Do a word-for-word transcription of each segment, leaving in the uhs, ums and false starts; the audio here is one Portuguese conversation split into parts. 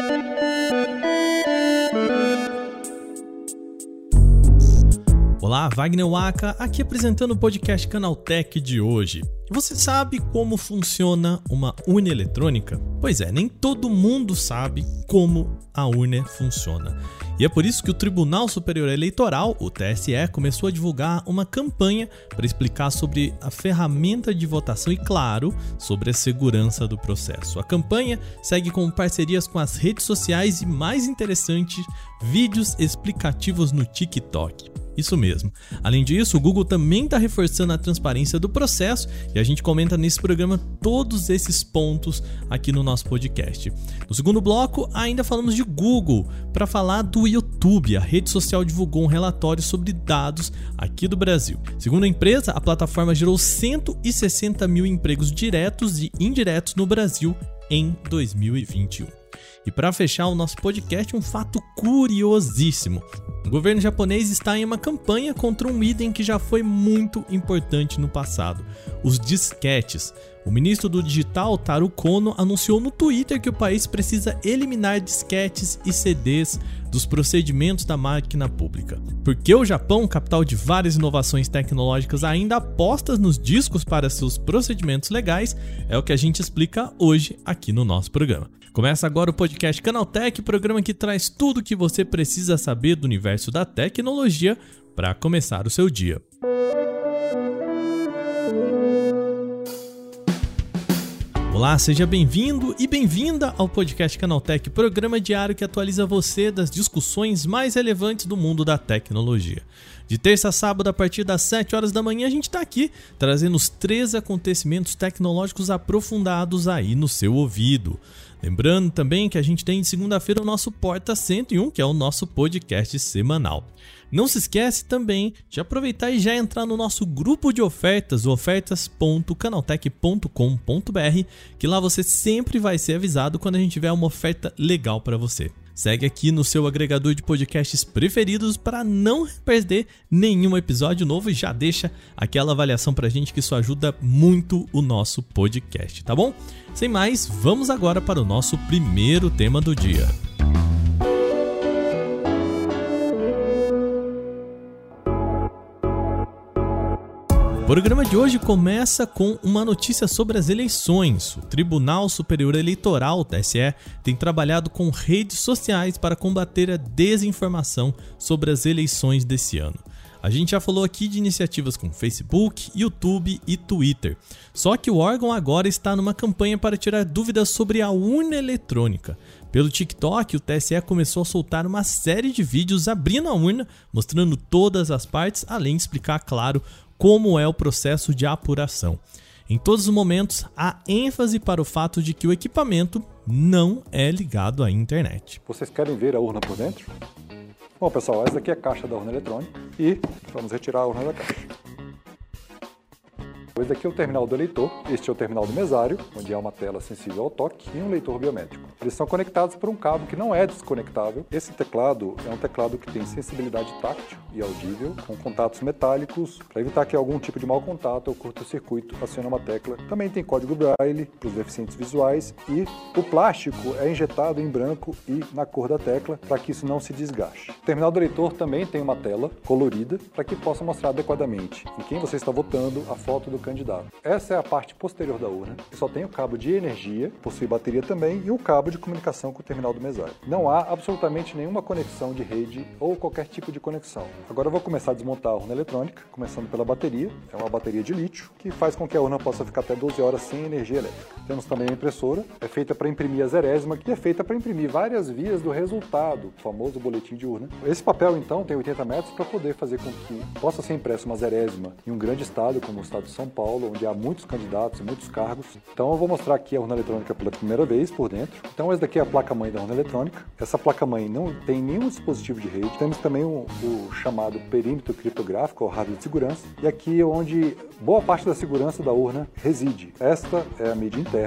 Olá, Wagner Waka, aqui apresentando o podcast Canaltech de hoje. Você sabe como funciona uma urna eletrônica? Pois é, nem todo mundo sabe como a urna funciona. E é por isso que o Tribunal Superior Eleitoral, o T S E, começou a divulgar uma campanha para explicar sobre a ferramenta de votação e, claro, sobre a segurança do processo. A campanha segue com parcerias com as redes sociais e, mais interessante, vídeos explicativos no TikTok. Isso mesmo. Além disso, o Google também está reforçando a transparência do processo e a gente comenta nesse programa todos esses pontos aqui no nosso podcast. No segundo bloco, ainda falamos de Google para falar do YouTube. A rede social divulgou um relatório sobre dados aqui do Brasil. Segundo a empresa, a plataforma gerou cento e sessenta mil empregos diretos e indiretos no Brasil em dois mil e vinte e um. E para fechar o nosso podcast, um fato curiosíssimo. O governo japonês está em uma campanha contra um item que já foi muito importante no passado, os disquetes. O ministro do Digital, Taro Kono, anunciou no Twitter que o país precisa eliminar disquetes e C Ds dos procedimentos da máquina pública. Porque o Japão, capital de várias inovações tecnológicas, ainda aposta nos discos para seus procedimentos legais, é o que a gente explica hoje aqui no nosso programa. Começa agora o podcast Canaltech, programa que traz tudo o que você precisa saber do universo da tecnologia para começar o seu dia. Olá, seja bem-vindo e bem-vinda ao podcast Canaltech, programa diário que atualiza você das discussões mais relevantes do mundo da tecnologia. De terça a sábado, a partir das sete horas da manhã, a gente está aqui trazendo os três acontecimentos tecnológicos aprofundados aí no seu ouvido. Lembrando também que a gente tem de segunda-feira o nosso Porta cento e um, que é o nosso podcast semanal. Não se esquece também de aproveitar e já entrar no nosso grupo de ofertas, ofertas ponto canaltech ponto com ponto b r, que lá você sempre vai ser avisado quando a gente tiver uma oferta legal para você. Segue aqui no seu agregador de podcasts preferidos para não perder nenhum episódio novo e já deixa aquela avaliação pra gente que isso ajuda muito o nosso podcast, tá bom? Sem mais, vamos agora para o nosso primeiro tema do dia. O programa de hoje começa com uma notícia sobre as eleições. O Tribunal Superior Eleitoral, o T S E, tem trabalhado com redes sociais para combater a desinformação sobre as eleições desse ano. A gente já falou aqui de iniciativas com Facebook, YouTube e Twitter. Só que o órgão agora está numa campanha para tirar dúvidas sobre a urna eletrônica. Pelo TikTok, o T S E começou a soltar uma série de vídeos abrindo a urna, mostrando todas as partes, além de explicar, claro, como é o processo de apuração. Em todos os momentos, há ênfase para o fato de que o equipamento não é ligado à internet. Vocês querem ver a urna por dentro? Bom, pessoal, essa aqui é a caixa da urna eletrônica e vamos retirar a urna da caixa. Esse daqui é o terminal do eleitor, este é o terminal do mesário, onde há uma tela sensível ao toque e um leitor biométrico. Eles são conectados por um cabo que não é desconectável. Esse teclado é um teclado que tem sensibilidade táctil e audível, com contatos metálicos, para evitar que algum tipo de mau contato ou curto-circuito acione uma tecla. Também tem código Braille para os deficientes visuais e o plástico é injetado em branco e na cor da tecla para que isso não se desgaste. O terminal do eleitor também tem uma tela colorida para que possa mostrar adequadamente em quem você está votando, a foto do candidato. Essa é a parte posterior da urna, que só tem o cabo de energia, possui bateria também, e o cabo de comunicação com o terminal do mesário. Não há absolutamente nenhuma conexão de rede ou qualquer tipo de conexão. Agora eu vou começar a desmontar a urna eletrônica, começando pela bateria. É uma bateria de lítio, que faz com que a urna possa ficar até doze horas sem energia elétrica. Temos também a impressora, é feita para imprimir a zerésima, que é feita para imprimir várias vias do resultado, o famoso boletim de urna. Esse papel, então, tem oitenta metros para poder fazer com que possa ser impresso uma zerésima em um grande estado, como o estado de São Paulo, Paulo, onde há muitos candidatos e muitos cargos. Então eu vou mostrar aqui a urna eletrônica pela primeira vez por dentro. Então essa daqui é a placa-mãe da urna eletrônica. Essa placa-mãe não tem nenhum dispositivo de rede. Temos também o, o chamado perímetro criptográfico, ou hardware de segurança. E aqui é onde boa parte da segurança da urna reside. Esta é a mídia interna, a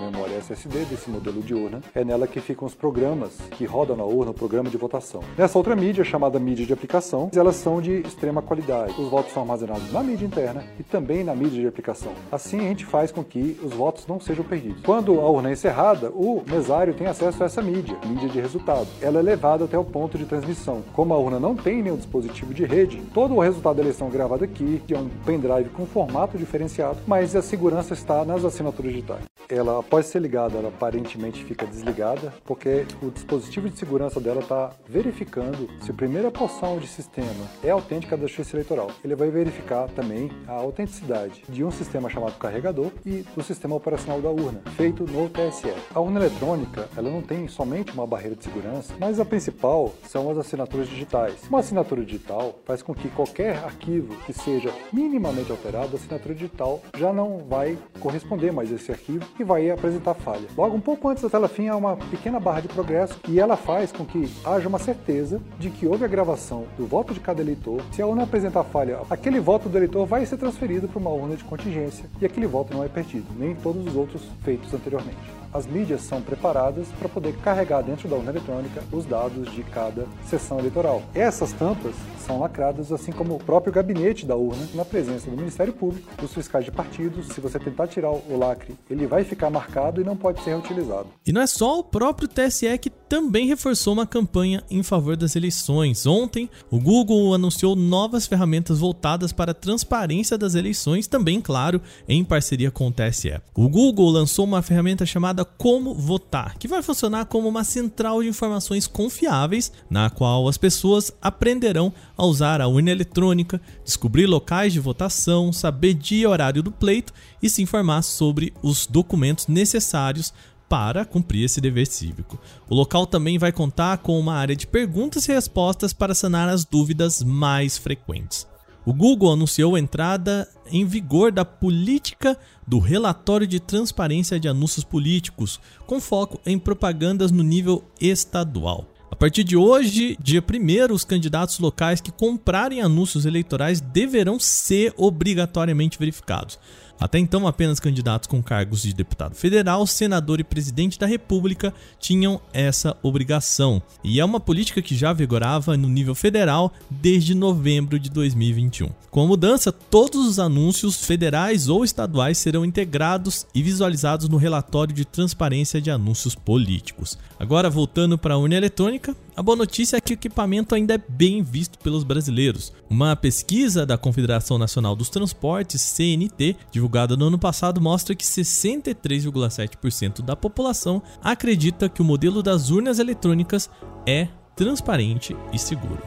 memória S S D desse modelo de urna. É nela que ficam os programas que rodam na urna, o programa de votação. Nessa outra mídia, chamada mídia de aplicação, elas são de extrema qualidade. Os votos são armazenados na mídia interna e também na mídia de aplicação. Assim, a gente faz com que os votos não sejam perdidos. Quando a urna é encerrada, o mesário tem acesso a essa mídia, mídia de resultado. Ela é levada até o ponto de transmissão. Como a urna não tem nenhum dispositivo de rede, todo o resultado da eleição é gravado aqui, é um pendrive com formato diferenciado, mas a segurança está nas assinaturas digitais. Ela, após ser ligada, ela aparentemente fica desligada, porque o dispositivo de segurança dela está verificando se a primeira porção de sistema é autêntica da Justiça Eleitoral. Ele vai verificar também a autenticidade de um sistema chamado carregador e do sistema operacional da urna, feito no T S E. A urna eletrônica, ela não tem somente uma barreira de segurança, mas a principal são as assinaturas digitais. Uma assinatura digital faz com que qualquer arquivo que seja minimamente alterado, a assinatura digital já não vai corresponder mais a esse arquivo e vai apresentar falha. Logo, um pouco antes da tela fim há uma pequena barra de progresso e ela faz com que haja uma certeza de que houve a gravação do voto de cada eleitor. Se a urna apresentar falha, aquele voto do eleitor vai ser transferido para uma urna de contingência e aquele voto não é perdido, nem todos os outros feitos anteriormente. As mídias são preparadas para poder carregar dentro da urna eletrônica os dados de cada sessão eleitoral. Essas tampas são lacradas, assim como o próprio gabinete da urna, na presença do Ministério Público, dos fiscais de partidos. Se você tentar tirar o lacre, ele vai ficar marcado e não pode ser reutilizado. E não é só o próprio T S E que também reforçou uma campanha em favor das eleições. Ontem, o Google anunciou novas ferramentas voltadas para a transparência das eleições, também, claro, em parceria com o T S E. O Google lançou uma ferramenta chamada Como Votar, que vai funcionar como uma central de informações confiáveis, na qual as pessoas aprenderão a usar a urna eletrônica, descobrir locais de votação, saber dia e horário do pleito e se informar sobre os documentos necessários para cumprir esse dever cívico. O local também vai contar com uma área de perguntas e respostas para sanar as dúvidas mais frequentes. O Google anunciou a entrada em vigor da política do relatório de transparência de anúncios políticos, com foco em propagandas no nível estadual. A partir de hoje, dia primeiro, os candidatos locais que comprarem anúncios eleitorais deverão ser obrigatoriamente verificados. Até então, apenas candidatos com cargos de deputado federal, senador e presidente da República tinham essa obrigação. E é uma política que já vigorava no nível federal desde novembro de dois mil e vinte e um. Com a mudança, todos os anúncios federais ou estaduais serão integrados e visualizados no relatório de transparência de anúncios políticos. Agora, voltando para a urna eletrônica, a boa notícia é que o equipamento ainda é bem visto pelos brasileiros. Uma pesquisa da Confederação Nacional dos Transportes, C N T, divulgada no ano passado, mostra que sessenta e três vírgula sete por cento da população acredita que o modelo das urnas eletrônicas é transparente e seguro.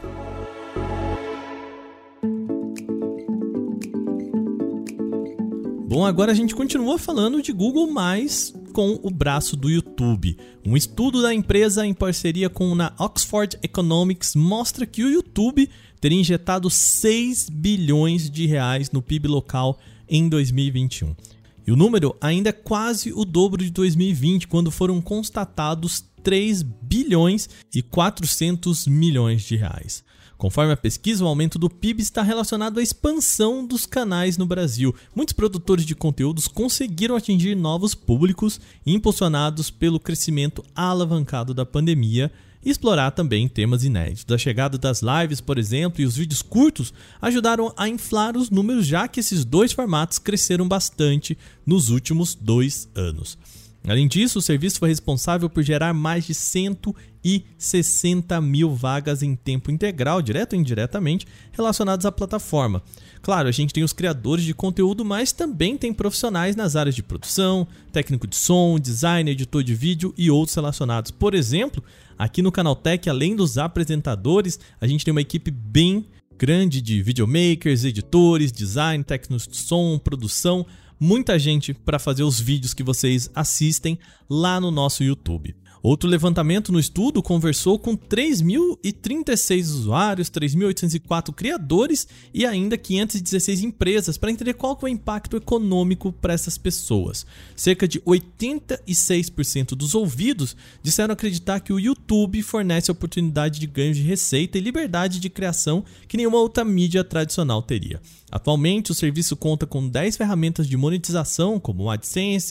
Bom, agora a gente continua falando de Google, mas com o braço do YouTube. Um estudo da empresa em parceria com a Oxford Economics mostra que o YouTube teria injetado seis bilhões de reais no P I B local em dois mil e vinte e um. E o número ainda é quase o dobro de dois mil e vinte, quando foram constatados três bilhões e quatrocentos milhões de reais. Conforme a pesquisa, o aumento do P I B está relacionado à expansão dos canais no Brasil. Muitos produtores de conteúdos conseguiram atingir novos públicos, impulsionados pelo crescimento alavancado da pandemia, e explorar também temas inéditos. A chegada das lives, por exemplo, e os vídeos curtos ajudaram a inflar os números, já que esses dois formatos cresceram bastante nos últimos dois anos. Além disso, o serviço foi responsável por gerar mais de cento e sessenta mil vagas em tempo integral, direto ou indiretamente, relacionadas à plataforma. Claro, a gente tem os criadores de conteúdo, mas também tem profissionais nas áreas de produção, técnico de som, design, editor de vídeo e outros relacionados. Por exemplo, aqui no Canaltech, além dos apresentadores, a gente tem uma equipe bem grande de videomakers, editores, design, técnicos de som, produção, muita gente para fazer os vídeos que vocês assistem lá no nosso YouTube. Outro levantamento no estudo conversou com três mil e trinta e seis usuários, três mil oitocentos e quatro criadores e ainda quinhentas e dezesseis empresas para entender qual que é o impacto econômico para essas pessoas. Cerca de oitenta e seis por cento dos ouvidos disseram acreditar que o YouTube fornece oportunidade de ganho de receita e liberdade de criação que nenhuma outra mídia tradicional teria. Atualmente, o serviço conta com dez ferramentas de monetização, como o AdSense,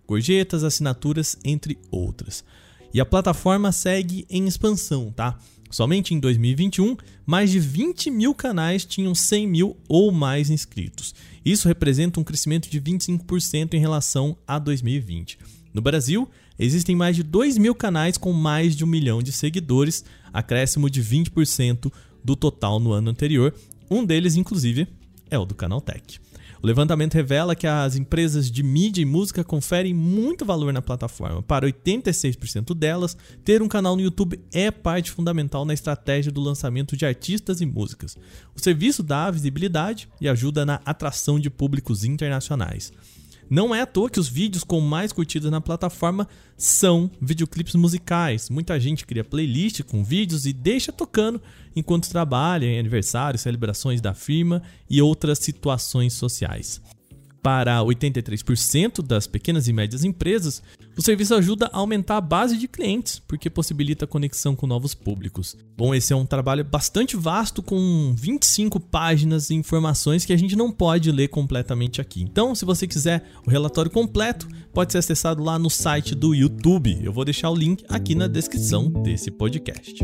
gorjetas, assinaturas, entre outras. E a plataforma segue em expansão, tá? Somente em dois mil e vinte e um, mais de vinte mil canais tinham cem mil ou mais inscritos. Isso representa um crescimento de vinte e cinco por cento em relação a dois mil e vinte. No Brasil, existem mais de dois mil canais com mais de um milhão de seguidores, acréscimo de vinte por cento do total no ano anterior. Um deles, inclusive, é o do Canaltech. O levantamento revela que as empresas de mídia e música conferem muito valor na plataforma. Para oitenta e seis por cento delas, ter um canal no YouTube é parte fundamental na estratégia do lançamento de artistas e músicas. O serviço dá visibilidade e ajuda na atração de públicos internacionais. Não é à toa que os vídeos com mais curtidas na plataforma são videoclipes musicais. Muita gente cria playlist com vídeos e deixa tocando enquanto trabalha em aniversários, celebrações da firma e outras situações sociais. Para oitenta e três por cento das pequenas e médias empresas, o serviço ajuda a aumentar a base de clientes, porque possibilita a conexão com novos públicos. Bom, esse é um trabalho bastante vasto, com vinte e cinco páginas e informações que a gente não pode ler completamente aqui. Então, se você quiser o relatório completo, pode ser acessado lá no site do YouTube. Eu vou deixar o link aqui na descrição desse podcast.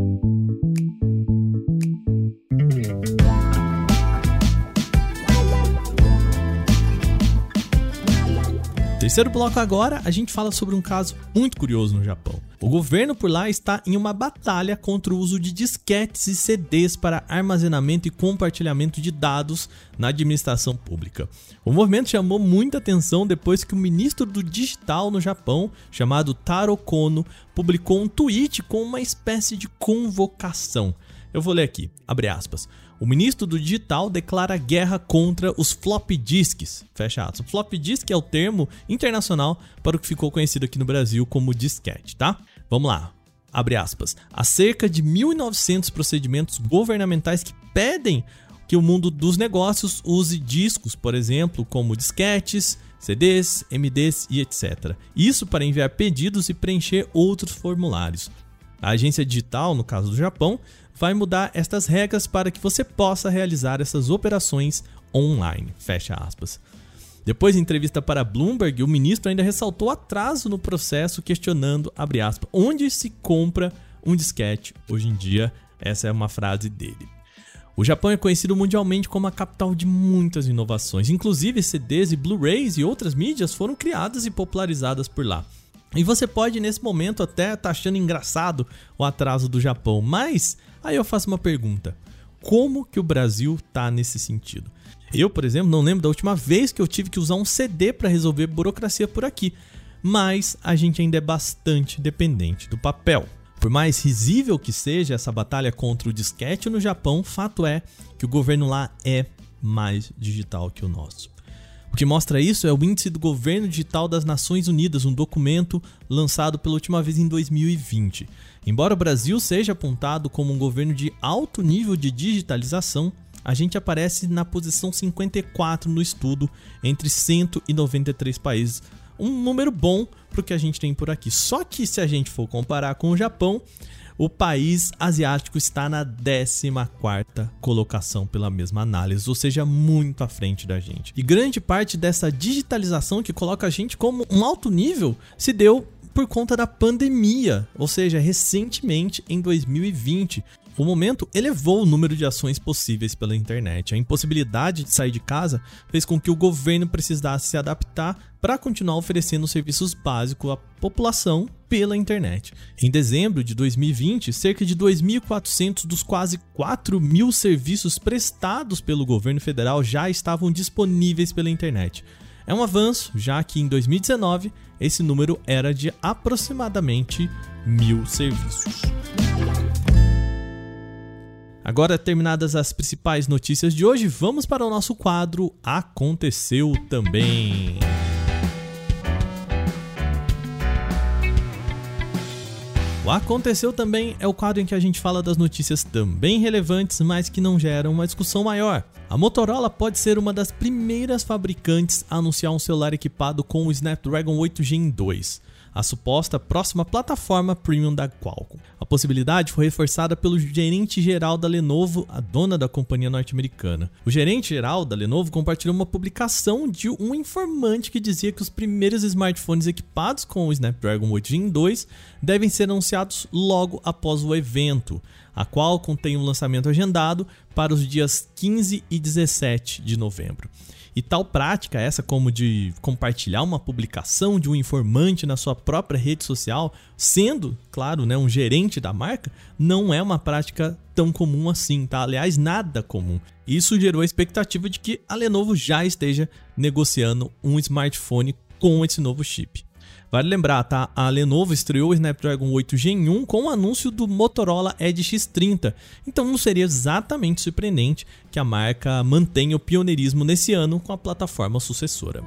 Terceiro bloco agora, a gente fala sobre um caso muito curioso no Japão. O governo por lá está em uma batalha contra o uso de disquetes e C Ds para armazenamento e compartilhamento de dados na administração pública. O movimento chamou muita atenção depois que o ministro do digital no Japão, chamado Taro Kono, publicou um tweet com uma espécie de convocação. Eu vou ler aqui, abre aspas. O ministro do digital declara guerra contra os floppy disks. Fecha aspas. O floppy disk é o termo internacional para o que ficou conhecido aqui no Brasil como disquete, tá? Vamos lá. Abre aspas. Há cerca de mil e novecentos procedimentos governamentais que pedem que o mundo dos negócios use discos, por exemplo, como disquetes, C Ds, M Ds e etcétera. Isso para enviar pedidos e preencher outros formulários. A agência digital, no caso do Japão, vai mudar estas regras para que você possa realizar essas operações online. Fecha aspas. Depois de entrevista para Bloomberg, o ministro ainda ressaltou atraso no processo, questionando, abre aspas, onde se compra um disquete hoje em dia. Essa é uma frase dele. O Japão é conhecido mundialmente como a capital de muitas inovações. Inclusive, C Ds e Blu-rays e outras mídias foram criadas e popularizadas por lá. E você pode, nesse momento, até estar tá achando engraçado o atraso do Japão. Mas, aí eu faço uma pergunta. Como que o Brasil tá nesse sentido? Eu, por exemplo, não lembro da última vez que eu tive que usar um C D para resolver burocracia por aqui. Mas a gente ainda é bastante dependente do papel. Por mais risível que seja essa batalha contra o disquete no Japão, fato é que o governo lá é mais digital que o nosso. O que mostra isso é o Índice do Governo Digital das Nações Unidas, um documento lançado pela última vez em dois mil e vinte. Embora o Brasil seja apontado como um governo de alto nível de digitalização, a gente aparece na posição cinquenta e quatro no estudo entre cento e noventa e três países. Um número bom para o que a gente tem por aqui. Só que se a gente for comparar com o Japão, o país asiático está na décima quarta colocação pela mesma análise, ou seja, muito à frente da gente. E grande parte dessa digitalização que coloca a gente como um alto nível se deu por conta da pandemia, ou seja, recentemente em dois mil e vinte. O momento elevou o número de ações possíveis pela internet. A impossibilidade de sair de casa fez com que o governo precisasse se adaptar para continuar oferecendo serviços básicos à população pela internet. Em dezembro de dois mil e vinte, cerca de dois mil e quatrocentos dos quase quatro mil serviços prestados pelo governo federal já estavam disponíveis pela internet. É um avanço, já que em dois mil e dezenove esse número era de aproximadamente mil serviços. Agora, terminadas as principais notícias de hoje, vamos para o nosso quadro Aconteceu Também. O Aconteceu Também é o quadro em que a gente fala das notícias também relevantes, mas que não geram uma discussão maior. A Motorola pode ser uma das primeiras fabricantes a anunciar um celular equipado com o Snapdragon oito Gen dois. a suposta próxima plataforma premium da Qualcomm. A possibilidade foi reforçada pelo gerente-geral da Lenovo, a dona da companhia norte-americana. O gerente-geral da Lenovo compartilhou uma publicação de um informante que dizia que os primeiros smartphones equipados com o Snapdragon oito Gen dois devem ser anunciados logo após o evento. A Qualcomm tem um lançamento agendado para os dias quinze e dezessete de novembro. E tal prática, essa como de compartilhar uma publicação de um informante na sua própria rede social, sendo, claro, né, um gerente da marca, não é uma prática tão comum assim, tá? Aliás, nada comum. Isso gerou a expectativa de que a Lenovo já esteja negociando um smartphone com esse novo chip. Vale lembrar, tá? A Lenovo estreou o Snapdragon oito Gen um com o anúncio do Motorola Edge X trinta, então não seria exatamente surpreendente que a marca mantenha o pioneirismo nesse ano com a plataforma sucessora.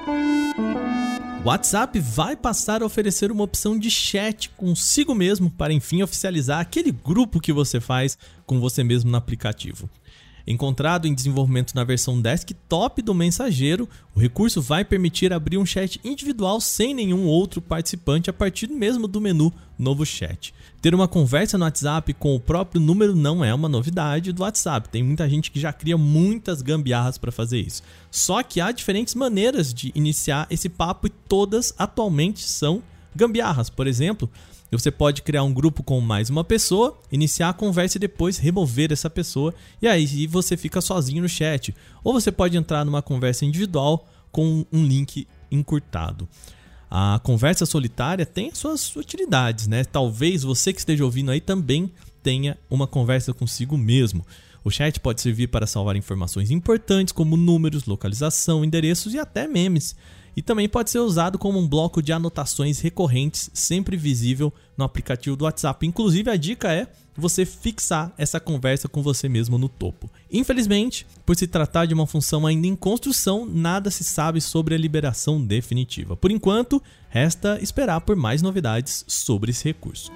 O WhatsApp vai passar a oferecer uma opção de chat consigo mesmo para enfim oficializar aquele grupo que você faz com você mesmo no aplicativo. Encontrado em desenvolvimento na versão desktop do mensageiro, o recurso vai permitir abrir um chat individual sem nenhum outro participante a partir mesmo do menu Novo Chat. Ter uma conversa no WhatsApp com o próprio número não é uma novidade do WhatsApp. Tem muita gente que já cria muitas gambiarras para fazer isso. Só que há diferentes maneiras de iniciar esse papo e todas atualmente são gambiarras. Por exemplo, você pode criar um grupo com mais uma pessoa, iniciar a conversa e depois remover essa pessoa, e aí você fica sozinho no chat. Ou você pode entrar numa conversa individual com um link encurtado. A conversa solitária tem suas utilidades, né? Talvez você que esteja ouvindo aí também tenha uma conversa consigo mesmo. O chat pode servir para salvar informações importantes como números, localização, endereços e até memes. E também pode ser usado como um bloco de anotações recorrentes, sempre visível no aplicativo do WhatsApp. Inclusive, a dica é você fixar essa conversa com você mesmo no topo. Infelizmente, por se tratar de uma função ainda em construção, nada se sabe sobre a liberação definitiva. Por enquanto, resta esperar por mais novidades sobre esse recurso.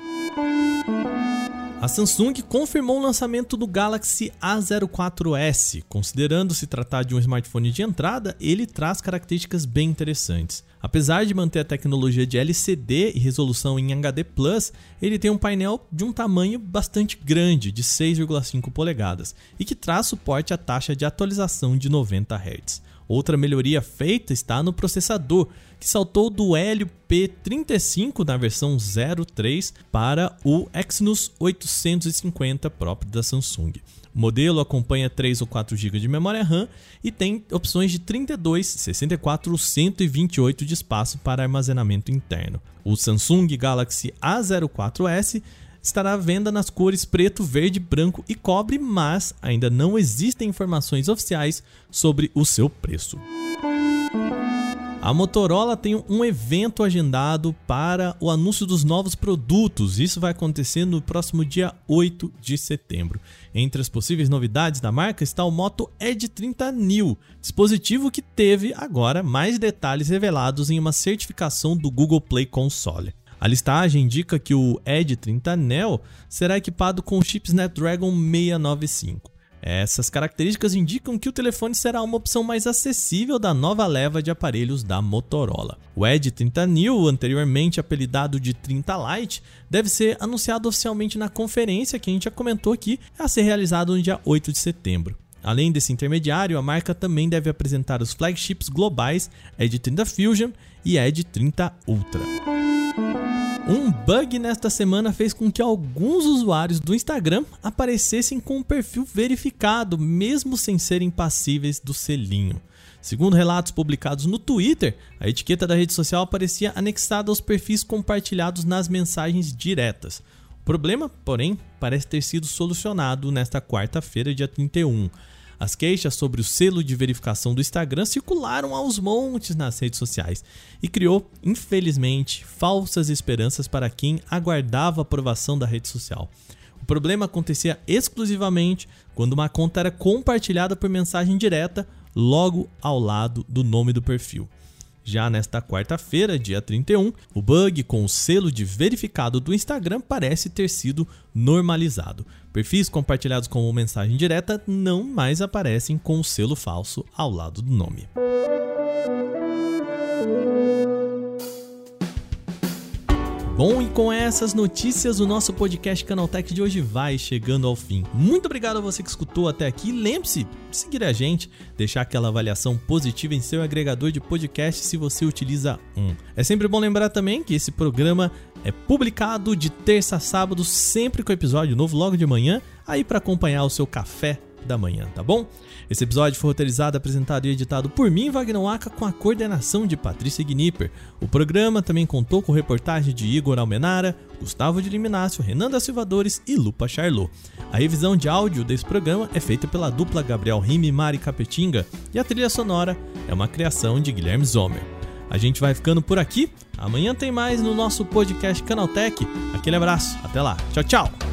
A Samsung confirmou o lançamento do Galaxy A zero quatro S. Considerando se tratar de um smartphone de entrada, ele traz características bem interessantes. Apesar de manter a tecnologia de L C D e resolução em H D plus, ele tem um painel de um tamanho bastante grande, de seis vírgula cinco polegadas, e que traz suporte à taxa de atualização de noventa hertz. Outra melhoria feita está no processador, que saltou do Helio P trinta e cinco na versão zero três para o Exynos oitocentos e cinquenta próprio da Samsung. O modelo acompanha três ou quatro gigas de memória RAM e tem opções de trinta e dois, sessenta e quatro ou cento e vinte e oito de espaço para armazenamento interno. O Samsung Galaxy A zero quatro S estará à venda nas cores preto, verde, branco e cobre, mas ainda não existem informações oficiais sobre o seu preço. A Motorola tem um evento agendado para o anúncio dos novos produtos. Isso vai acontecer no próximo dia oito de setembro. Entre as possíveis novidades da marca está o Moto Edge trinta Neo, dispositivo que teve agora mais detalhes revelados em uma certificação do Google Play Console. A listagem indica que o Edge trinta Neo será equipado com o chip Snapdragon seiscentos e noventa e cinco. Essas características indicam que o telefone será uma opção mais acessível da nova leva de aparelhos da Motorola. O Edge trinta Neo, anteriormente apelidado de trinta Lite, deve ser anunciado oficialmente na conferência que a gente já comentou aqui, a ser realizado no dia oito de setembro. Além desse intermediário, a marca também deve apresentar os flagships globais Edge trinta Fusion e Edge trinta Ultra. Um bug nesta semana fez com que alguns usuários do Instagram aparecessem com um perfil verificado, mesmo sem serem passíveis do selinho. Segundo relatos publicados no Twitter, a etiqueta da rede social aparecia anexada aos perfis compartilhados nas mensagens diretas. O problema, porém, parece ter sido solucionado nesta quarta-feira, dia trinta e um. As queixas sobre o selo de verificação do Instagram circularam aos montes nas redes sociais e criou, infelizmente, falsas esperanças para quem aguardava a aprovação da rede social. O problema acontecia exclusivamente quando uma conta era compartilhada por mensagem direta logo ao lado do nome do perfil. Já nesta quarta-feira, dia trinta e um, o bug com o selo de verificado do Instagram parece ter sido normalizado. Perfis compartilhados com mensagem direta não mais aparecem com o selo falso ao lado do nome. Bom, e com essas notícias, o nosso podcast Canaltech de hoje vai chegando ao fim. Muito obrigado a você que escutou até aqui. Lembre-se de seguir a gente, deixar aquela avaliação positiva em seu agregador de podcast se você utiliza um. É sempre bom lembrar também que esse programa é publicado de terça a sábado, sempre com episódio novo logo de manhã, aí para acompanhar o seu café da manhã, tá bom? Esse episódio foi roteirizado, apresentado e editado por mim, Wagner Waka, com a coordenação de Patrícia Gnipper. O programa também contou com reportagem de Igor Almenara, Gustavo de Liminácio, Renan da Silvadores e Lupa Charlot. A revisão de áudio desse programa é feita pela dupla Gabriel Rime e Mari Capetinga e a trilha sonora é uma criação de Guilherme Zomer. A gente vai ficando por aqui. Amanhã tem mais no nosso podcast Canaltech. Aquele abraço, até lá, tchau, tchau!